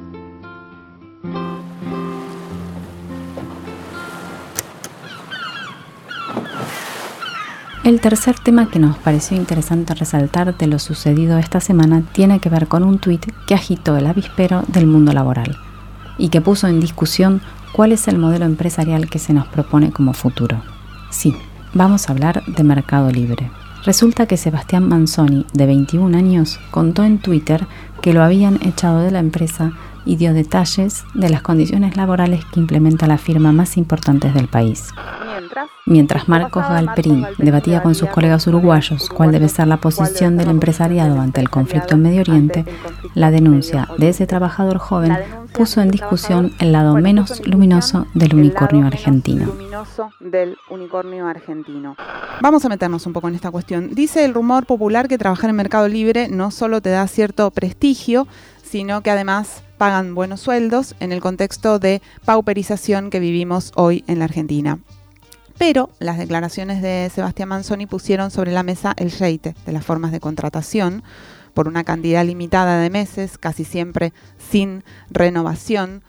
El tercer tema que nos pareció interesante resaltar de lo sucedido esta semana tiene que ver con un tuit que agitó el avispero del mundo laboral y que puso en discusión cuál es el modelo empresarial que se nos propone como futuro. Sí, vamos a hablar de Mercado Libre. Resulta que Sebastián Manzoni, de 21 años, contó en Twitter que lo habían echado de la empresa y dio detalles de las condiciones laborales que implementa la firma más importante del país. Mientras Marcos Galperín debatía con sus colegas uruguayos cuál debe ser la posición del empresariado ante el conflicto en Medio Oriente, la denuncia de ese trabajador joven puso en discusión el lado menos luminoso del unicornio argentino. Vamos a meternos un poco en esta cuestión. Dice el rumor popular que trabajar en Mercado Libre no solo te da cierto prestigio, sino que además pagan buenos sueldos en el contexto de pauperización que vivimos hoy en la Argentina. Pero las declaraciones de Sebastián Manzoni pusieron sobre la mesa el reite de las formas de contratación por una cantidad limitada de meses, casi siempre sin renovación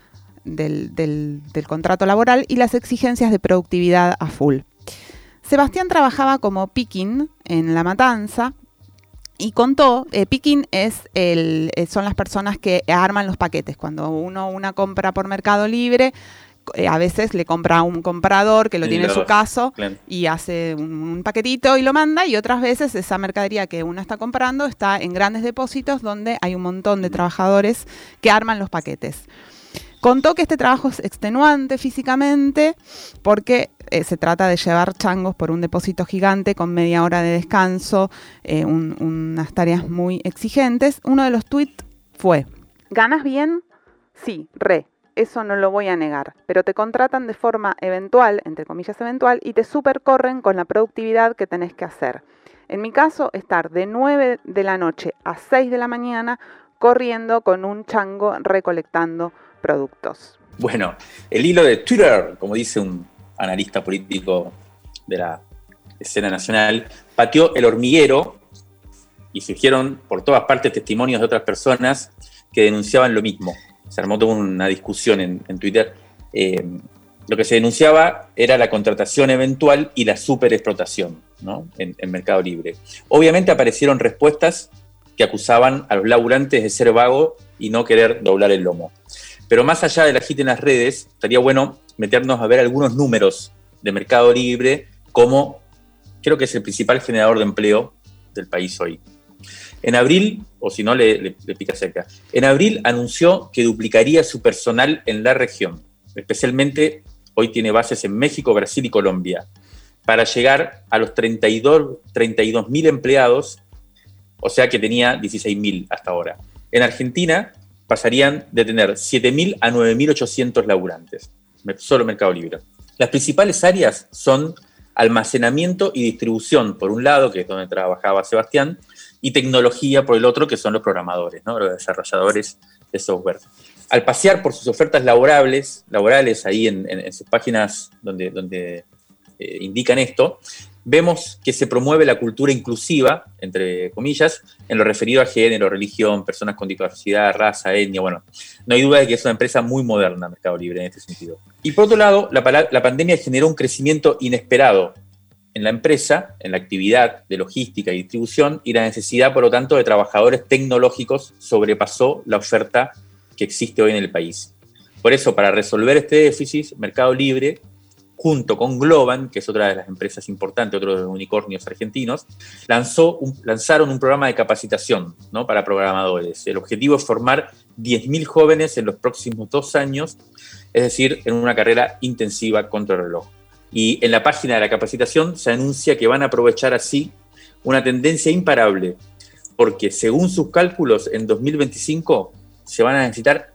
del contrato laboral y las exigencias de productividad a full. Sebastián trabajaba como picking en La Matanza y contó, picking son las personas que arman los paquetes. Cuando una compra por Mercado Libre, a veces le compra a un comprador que lo tiene en su casa y hace un paquetito y lo manda, y otras veces esa mercadería que uno está comprando está en grandes depósitos donde hay un montón de trabajadores que arman los paquetes. Contó que este trabajo es extenuante físicamente porque se trata de llevar changos por un depósito gigante con media hora de descanso, unas tareas muy exigentes. Uno de los tweets fue: ¿ganas bien? Sí, re. Eso no lo voy a negar, pero te contratan de forma eventual, entre comillas eventual, y te supercorren con la productividad que tenés que hacer. En mi caso, estar de 9 de la noche a 6 de la mañana corriendo con un chango recolectando productos. Bueno, el hilo de Twitter, como dice un analista político de la escena nacional, pateó el hormiguero y surgieron por todas partes testimonios de otras personas que denunciaban lo mismo. Se armó toda una discusión en Twitter. Lo que se denunciaba era la contratación eventual y la superexplotación, ¿no? en Mercado Libre. Obviamente aparecieron respuestas que acusaban a los laburantes de ser vagos y no querer doblar el lomo. Pero más allá del agite en las redes, estaría bueno meternos a ver algunos números de Mercado Libre, como creo que es el principal generador de empleo del país hoy. En abril, o si no, le pica cerca. En abril anunció que duplicaría su personal en la región. Especialmente, hoy tiene bases en México, Brasil y Colombia, para llegar a los 32.000 empleados, o sea que tenía 16.000 hasta ahora. En Argentina pasarían de tener 7.000 a 9.800 laburantes, solo Mercado Libre. Las principales áreas son almacenamiento y distribución, por un lado, que es donde trabajaba Sebastián, y tecnología por el otro, que son los programadores, ¿no? Los desarrolladores de software. Al pasear por sus ofertas laborales ahí en sus páginas donde indican esto, vemos que se promueve la cultura inclusiva, entre comillas, en lo referido a género, religión, personas con discapacidad, raza, etnia. Bueno, no hay duda de que es una empresa muy moderna, Mercado Libre, en este sentido. Y por otro lado, la pandemia generó un crecimiento inesperado en la empresa, en la actividad de logística y distribución, y la necesidad, por lo tanto, de trabajadores tecnológicos sobrepasó la oferta que existe hoy en el país. Por eso, para resolver este déficit, Mercado Libre, junto con Globan, que es otra de las empresas importantes, otro de los unicornios argentinos, lanzaron un programa de capacitación, ¿no? Para programadores. El objetivo es formar 10.000 jóvenes en los próximos 2 años, es decir, en una carrera intensiva contra el reloj. Y en la página de la capacitación se anuncia que van a aprovechar así una tendencia imparable, porque según sus cálculos, en 2025 se van a necesitar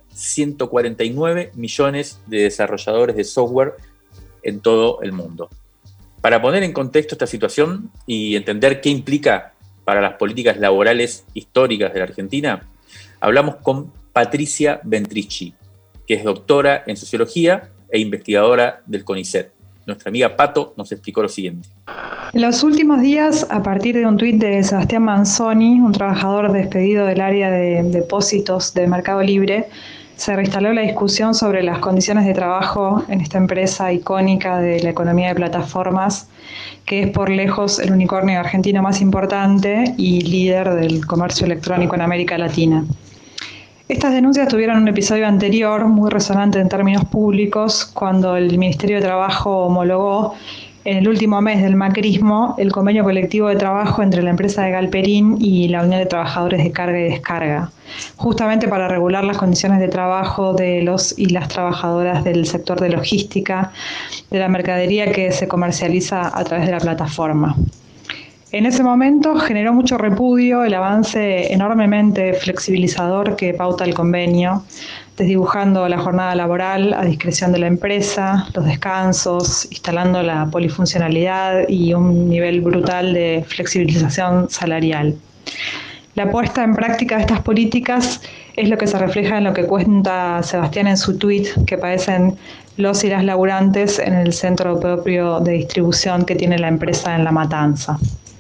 149 millones de desarrolladores de software en todo el mundo. Para poner en contexto esta situación y entender qué implica para las políticas laborales históricas de la Argentina, hablamos con Patricia Ventrici, que es doctora en sociología e investigadora del CONICET. Nuestra amiga Pato nos explicó lo siguiente. En los últimos días, a partir de un tuit de Sebastián Manzoni, un trabajador despedido del área de depósitos de Mercado Libre, se reinstaló la discusión sobre las condiciones de trabajo en esta empresa icónica de la economía de plataformas, que es por lejos el unicornio argentino más importante y líder del comercio electrónico en América Latina. Estas denuncias tuvieron un episodio anterior muy resonante en términos públicos, cuando el Ministerio de Trabajo homologó en el último mes del macrismo el convenio colectivo de trabajo entre la empresa de Galperín y la Unión de Trabajadores de Carga y Descarga, justamente para regular las condiciones de trabajo de los y las trabajadoras del sector de logística, de la mercadería que se comercializa a través de la plataforma. En ese momento generó mucho repudio el avance enormemente flexibilizador que pauta el convenio, desdibujando la jornada laboral a discreción de la empresa, los descansos, instalando la polifuncionalidad y un nivel brutal de flexibilización salarial. La puesta en práctica de estas políticas es lo que se refleja en lo que cuenta Sebastián en su tuit, que padecen los y las laburantes en el centro propio de distribución que tiene la empresa en La Matanza.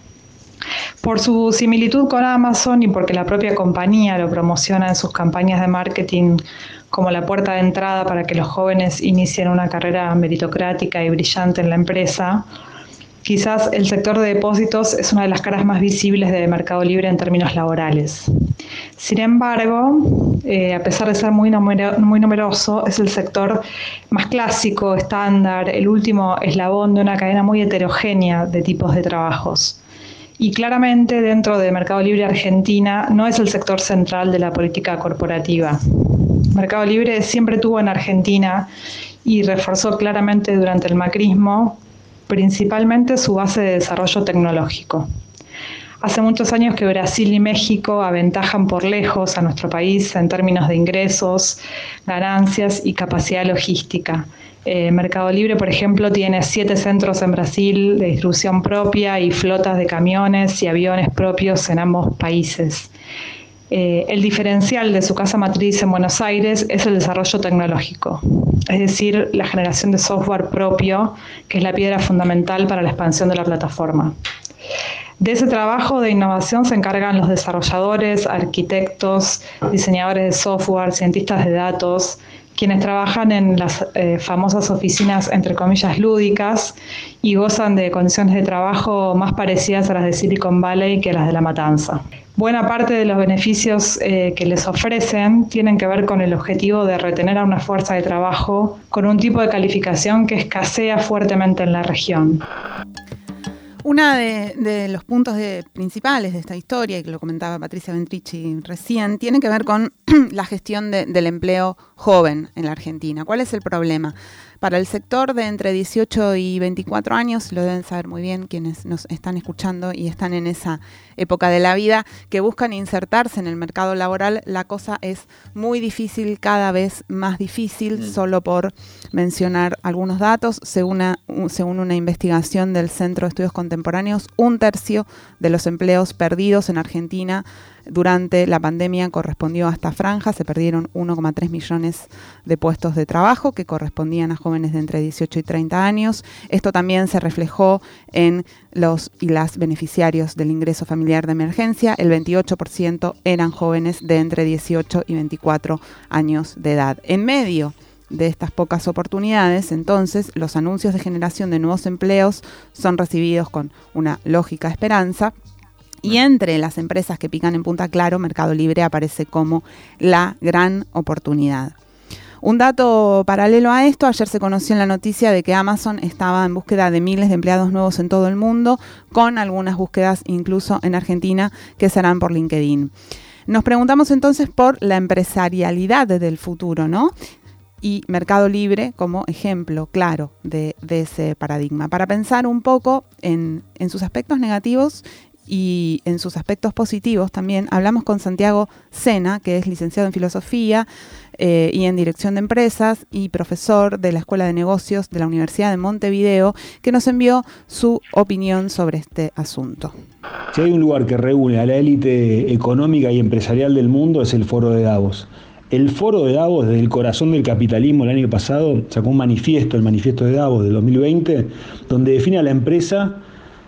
Por su similitud con Amazon y porque la propia compañía lo promociona en sus campañas de marketing como la puerta de entrada para que los jóvenes inicien una carrera meritocrática y brillante en la empresa, quizás el sector de depósitos es una de las caras más visibles de Mercado Libre en términos laborales. Sin embargo, a pesar de ser muy numeroso, es el sector más clásico, estándar, el último eslabón de una cadena muy heterogénea de tipos de trabajos. Y claramente dentro de Mercado Libre Argentina no es el sector central de la política corporativa. Mercado Libre siempre tuvo en Argentina y reforzó claramente durante el macrismo principalmente su base de desarrollo tecnológico. Hace muchos años que Brasil y México aventajan por lejos a nuestro país en términos de ingresos, ganancias y capacidad logística. Mercado Libre, por ejemplo, tiene 7 centros en Brasil de distribución propia y flotas de camiones y aviones propios en ambos países. El diferencial de su casa matriz en Buenos Aires es el desarrollo tecnológico, es decir, la generación de software propio, que es la piedra fundamental para la expansión de la plataforma. De ese trabajo de innovación se encargan los desarrolladores, arquitectos, diseñadores de software, cientistas de datos, quienes trabajan en las famosas oficinas, entre comillas, lúdicas y gozan de condiciones de trabajo más parecidas a las de Silicon Valley que a las de La Matanza. Buena parte de los beneficios que les ofrecen tienen que ver con el objetivo de retener a una fuerza de trabajo con un tipo de calificación que escasea fuertemente en la región. Uno de los puntos principales de esta historia, y que lo comentaba Patricia Ventrici recién, tiene que ver con la gestión del empleo joven en la Argentina. ¿Cuál es el problema? Para el sector de entre 18 y 24 años, lo deben saber muy bien quienes nos están escuchando y están en esa época de la vida, que buscan insertarse en el mercado laboral, la cosa es muy difícil, cada vez más difícil, solo por mencionar algunos datos. Según una investigación del Centro de Estudios Contemporáneos, 1/3 de los empleos perdidos en Argentina durante la pandemia correspondió a esta franja. Se perdieron 1,3 millones de puestos de trabajo que correspondían a jóvenes de entre 18 y 30 años. Esto también se reflejó en los y las beneficiarios del ingreso familiar de emergencia. El 28% eran jóvenes de entre 18 y 24 años de edad. En medio de estas pocas oportunidades, entonces, los anuncios de generación de nuevos empleos son recibidos con una lógica esperanza. Y entre las empresas que pican en punta, claro, Mercado Libre aparece como la gran oportunidad. Un dato paralelo a esto, ayer se conoció en la noticia de que Amazon estaba en búsqueda de miles de empleados nuevos en todo el mundo, con algunas búsquedas incluso en Argentina que se harán por LinkedIn. Nos preguntamos entonces por la empresarialidad del futuro, ¿no? Y Mercado Libre como ejemplo claro de ese paradigma. Para pensar un poco en sus aspectos negativos y en sus aspectos positivos también, hablamos con Santiago Sena, que es licenciado en Filosofía y en Dirección de Empresas y profesor de la Escuela de Negocios de la Universidad de Montevideo, que nos envió su opinión sobre este asunto. Si hay un lugar que reúne a la élite económica y empresarial del mundo, es el Foro de Davos. El Foro de Davos, desde el corazón del capitalismo, el año pasado sacó un manifiesto, el Manifiesto de Davos del 2020, donde define a la empresa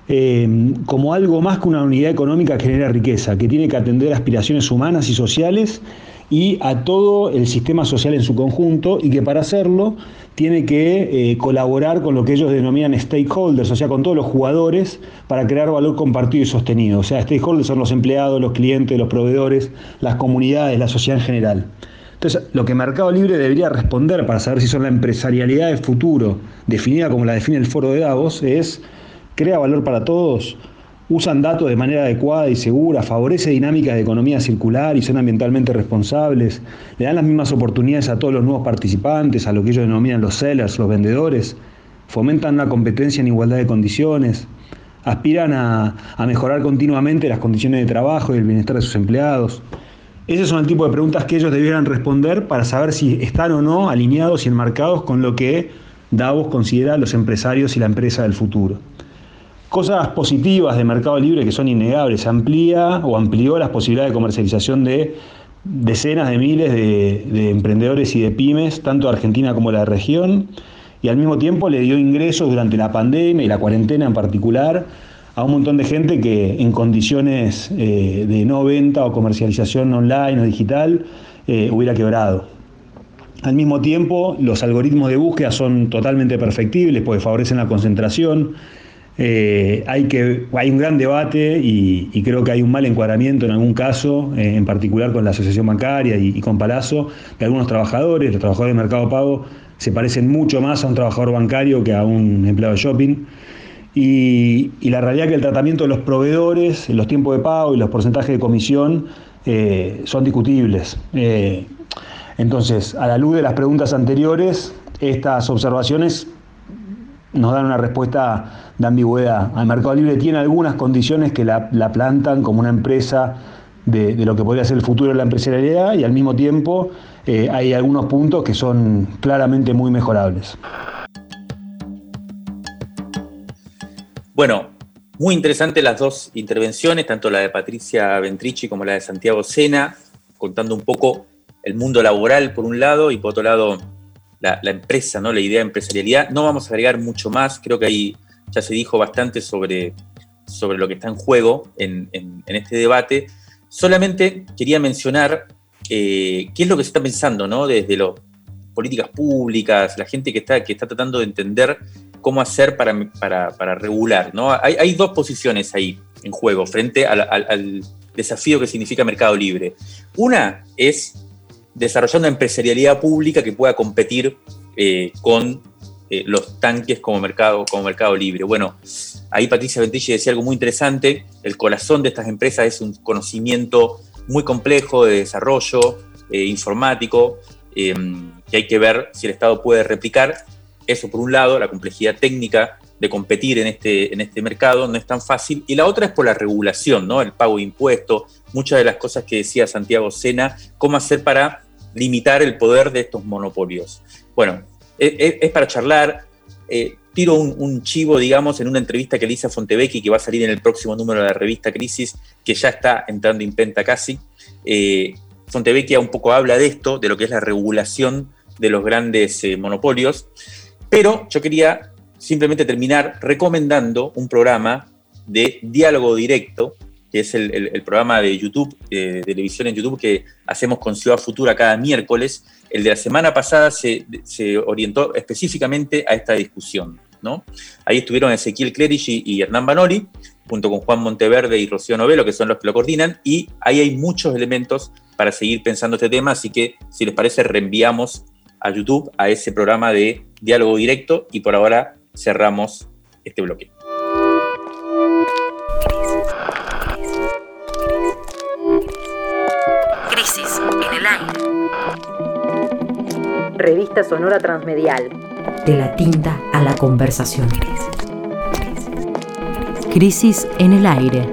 como algo más que una unidad económica que genera riqueza, que tiene que atender aspiraciones humanas y sociales y a todo el sistema social en su conjunto, y que para hacerlo tiene que colaborar con lo que ellos denominan stakeholders, o sea, con todos los jugadores, para crear valor compartido y sostenido. O sea, stakeholders son los empleados, los clientes, los proveedores, las comunidades, la sociedad en general. Entonces, lo que Mercado Libre debería responder para saber si son la empresarialidad del futuro, definida como la define el Foro de Davos, es: crea valor para todos, usan datos de manera adecuada y segura, favorece dinámicas de economía circular y son ambientalmente responsables, le dan las mismas oportunidades a todos los nuevos participantes, a lo que ellos denominan los sellers, los vendedores, fomentan una competencia en igualdad de condiciones, aspiran a mejorar continuamente las condiciones de trabajo y el bienestar de sus empleados, Esos son el tipo de preguntas que ellos debieran responder para saber si están o no alineados y enmarcados con lo que Davos considera los empresarios y la empresa del futuro. Cosas positivas de Mercado Libre que son innegables: amplió las posibilidades de comercialización de decenas de miles de emprendedores y de pymes, tanto de Argentina como de la región, y al mismo tiempo le dio ingresos durante la pandemia y la cuarentena en particular a un montón de gente que en condiciones de no venta o comercialización online o digital hubiera quebrado. Al mismo tiempo, los algoritmos de búsqueda son totalmente perfectibles porque favorecen la concentración. Hay un gran debate y creo que hay un mal encuadramiento en algún caso, en particular con la Asociación Bancaria y con Palazzo, de algunos trabajadores. Los trabajadores de Mercado Pago se parecen mucho más a un trabajador bancario que a un empleado de shopping. Y la realidad es que el tratamiento de los proveedores, los tiempos de pago y los porcentajes de comisión son discutibles. Entonces, a la luz de las preguntas anteriores, estas observaciones nos dan una respuesta de ambigüedad. El Mercado Libre tiene algunas condiciones que la plantan como una empresa de lo que podría ser el futuro de la empresarialidad, y al mismo tiempo hay algunos puntos que son claramente muy mejorables. Bueno, muy interesantes las dos intervenciones, tanto la de Patricia Ventrici como la de Santiago Sena, contando un poco el mundo laboral por un lado y por otro lado la empresa, ¿no? La idea de empresarialidad. No vamos a agregar mucho más, creo que ahí ya se dijo bastante sobre lo que está en juego en este debate. Solamente quería mencionar qué es lo que se está pensando, ¿no? Desde las políticas públicas, la gente que está tratando de entender cómo hacer para regular, ¿no? Hay dos posiciones ahí en juego frente al desafío que significa Mercado Libre. Una es desarrollar una empresarialidad pública que pueda competir con los tanques como Mercado Libre. Bueno, ahí Patricia Ventrici decía algo muy interesante: el corazón de estas empresas es un conocimiento muy complejo de desarrollo informático, que hay que ver si el Estado puede replicar. Eso por un lado, la complejidad técnica de competir en este mercado no es tan fácil. Y la otra es por la regulación, ¿no? El pago de impuestos, muchas de las cosas que decía Santiago Sena, cómo hacer para limitar el poder de estos monopolios. Bueno, es para charlar. Tiro un chivo, digamos, en una entrevista que le hice a Fontevecchi, que va a salir en el próximo número de la revista Crisis, que ya está entrando imprenta casi. Fontevecchi un poco habla de esto, de lo que es la regulación de los grandes monopolios. Pero yo quería simplemente terminar recomendando un programa de diálogo directo, que es el programa de YouTube, de televisión en YouTube, que hacemos con Ciudad Futura cada miércoles. El de la semana pasada se orientó específicamente a esta discusión, ¿no? Ahí estuvieron Ezequiel Clerici y Hernán Banoli, junto con Juan Monteverde y Rocío Novelo, que son los que lo coordinan, y ahí hay muchos elementos para seguir pensando este tema, así que, si les parece, reenviamos a YouTube a ese programa de diálogo directo, y por ahora cerramos este bloque. Crisis en el aire. Revista sonora transmedial. De la tinta a la conversación. Crisis en el aire.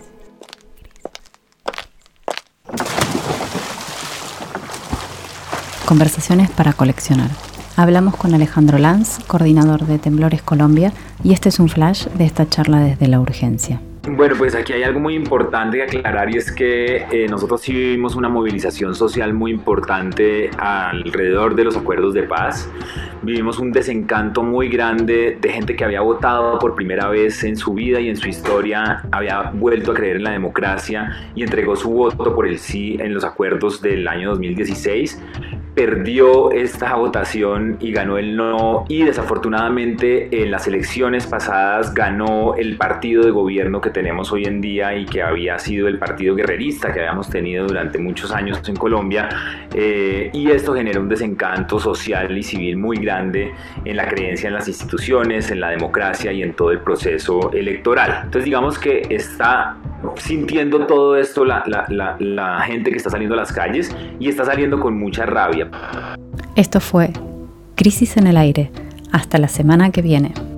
Conversaciones para coleccionar. Hablamos con Alejandro Lanz, coordinador de Temblores Colombia, y este es un flash de esta charla desde la urgencia. Bueno, pues aquí hay algo muy importante que aclarar, y es que nosotros sí vivimos una movilización social muy importante alrededor de los acuerdos de paz. Vivimos un desencanto muy grande de gente que había votado por primera vez en su vida y en su historia, había vuelto a creer en la democracia y entregó su voto por el sí en los acuerdos del año 2016. Perdió esta votación y ganó el no, y desafortunadamente en las elecciones pasadas ganó el partido de gobierno que tenemos hoy en día y que había sido el partido guerrerista que habíamos tenido durante muchos años en Colombia, y esto genera un desencanto social y civil muy grande en la creencia en las instituciones, en la democracia y en todo el proceso electoral. Entonces digamos que está sintiendo todo esto la gente que está saliendo a las calles, y está saliendo con mucha rabia. Esto fue Crisis en el Aire. Hasta la semana que viene.